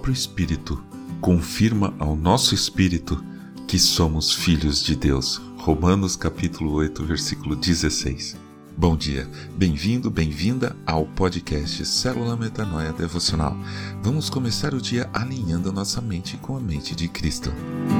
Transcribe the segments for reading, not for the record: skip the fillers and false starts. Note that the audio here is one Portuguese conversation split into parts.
próprio Espírito confirma ao nosso espírito que somos filhos de Deus. Romanos capítulo 8, versículo 16. Bom dia, bem-vindo, bem-vinda ao podcast Célula Metanoia Devocional. Vamos começar o dia alinhando nossa mente com a mente de Cristo.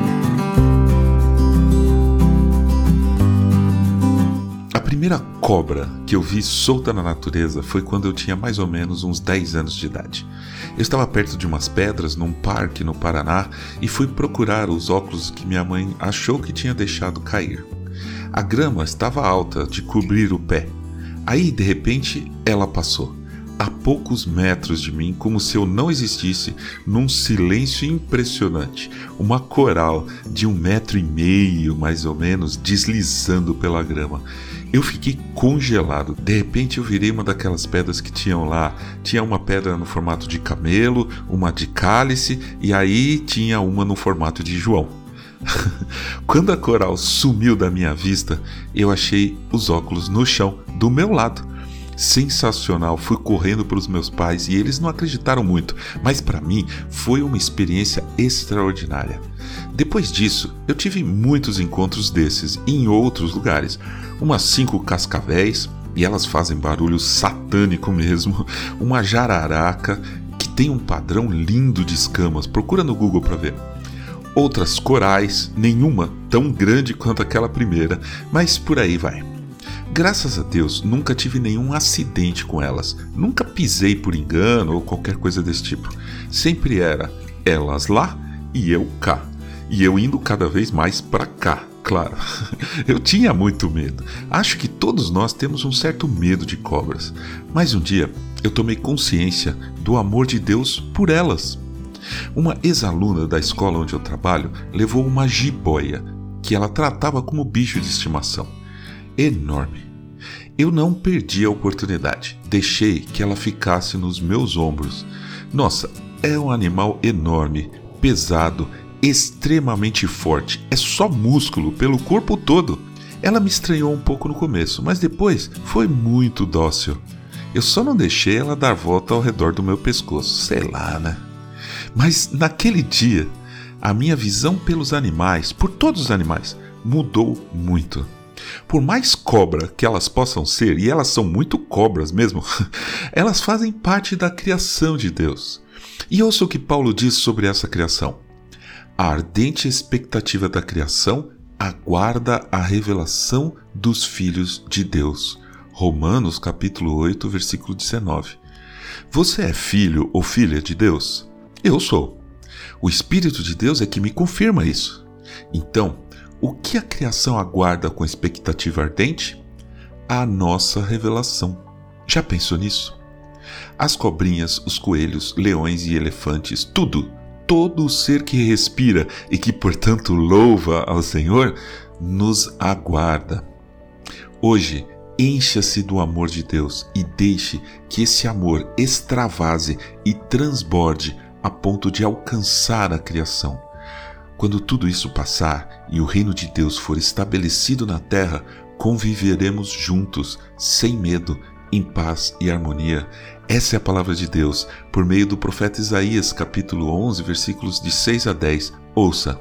A primeira cobra que eu vi solta na natureza foi quando eu tinha mais ou menos uns 10 anos de idade. Eu estava perto de umas pedras num parque no Paraná e fui procurar os óculos que minha mãe achou que tinha deixado cair. A grama estava alta de cobrir o pé. Aí, de repente, ela passou, a poucos metros de mim, como se eu não existisse, num silêncio impressionante. Uma coral de 1,5 metro, mais ou menos, deslizando pela grama. Eu fiquei congelado. De repente eu virei uma daquelas pedras que tinham lá. Tinha uma pedra no formato de camelo, uma de cálice e aí tinha uma no formato de João. Quando a coral sumiu da minha vista, eu achei os óculos no chão, do meu lado. Sensacional, fui correndo para os meus pais e eles não acreditaram muito, mas para mim foi uma experiência extraordinária. Depois disso, eu tive muitos encontros desses em outros lugares, umas 5 cascavéis, e elas fazem barulho satânico mesmo, uma jararaca que tem um padrão lindo de escamas, procura no Google para ver. Outras corais, nenhuma tão grande quanto aquela primeira, mas por aí vai. Graças a Deus, nunca tive nenhum acidente com elas. Nunca pisei por engano ou qualquer coisa desse tipo. Sempre era elas lá e eu cá. E eu indo cada vez mais para cá, claro. Eu tinha muito medo. Acho que todos nós temos um certo medo de cobras. Mas um dia eu tomei consciência do amor de Deus por elas. Uma ex-aluna da escola onde eu trabalho levou uma jiboia que ela tratava como bicho de estimação. Enorme. Eu não perdi a oportunidade. Deixei que ela ficasse nos meus ombros. Nossa, é um animal enorme, pesado, extremamente forte. É só músculo pelo corpo todo. Ela me estranhou um pouco no começo, mas depois foi muito dócil. Eu só não deixei ela dar volta ao redor do meu pescoço. Sei lá, né? Mas naquele dia, a minha visão pelos animais, por todos os animais, mudou muito. Por mais cobra que elas possam ser, e elas são muito cobras mesmo, elas fazem parte da criação de Deus. E ouça o que Paulo diz sobre essa criação. A ardente expectativa da criação aguarda a revelação dos filhos de Deus. Romanos capítulo 8, versículo 19. Você é filho ou filha de Deus? Eu sou. O Espírito de Deus é que me confirma isso. Então, o que a criação aguarda com expectativa ardente? A nossa revelação. Já pensou nisso? As cobrinhas, os coelhos, leões e elefantes, todo ser que respira e que, portanto, louva ao Senhor, nos aguarda. Hoje, encha-se do amor de Deus e deixe que esse amor extravase e transborde a ponto de alcançar a criação. Quando tudo isso passar e o reino de Deus for estabelecido na terra, conviveremos juntos, sem medo, em paz e harmonia. Essa é a palavra de Deus, por meio do profeta Isaías, capítulo 11, versículos de 6 a 10. Ouça.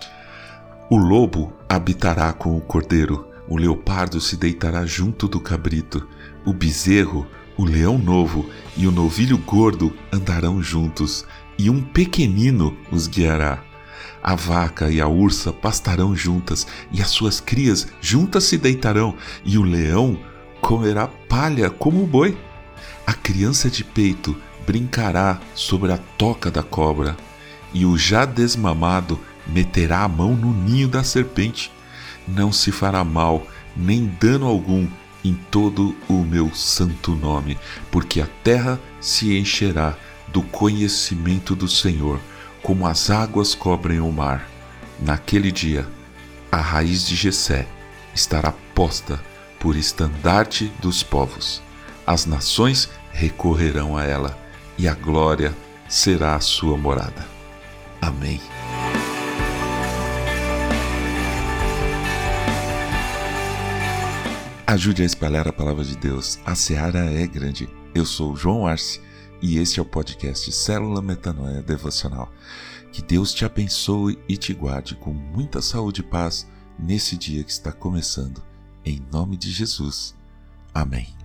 O lobo habitará com o cordeiro, o leopardo se deitará junto do cabrito, o bezerro, o leão novo e o novilho gordo andarão juntos, e um pequenino os guiará. A vaca e a ursa pastarão juntas, e as suas crias juntas se deitarão, e o leão comerá palha como o boi. A criança de peito brincará sobre a toca da cobra, e o já desmamado meterá a mão no ninho da serpente. Não se fará mal, nem dano algum, em todo o meu santo nome, porque a terra se encherá do conhecimento do Senhor, como as águas cobrem o mar. Naquele dia, a raiz de Jessé estará posta por estandarte dos povos. As nações recorrerão a ela, e a glória será a sua morada. Amém. Ajude a espalhar a palavra de Deus. A seara é grande. Eu sou o João Arce e este é o podcast Célula Metanoia Devocional. Que Deus te abençoe e te guarde com muita saúde e paz nesse dia que está começando. Em nome de Jesus. Amém.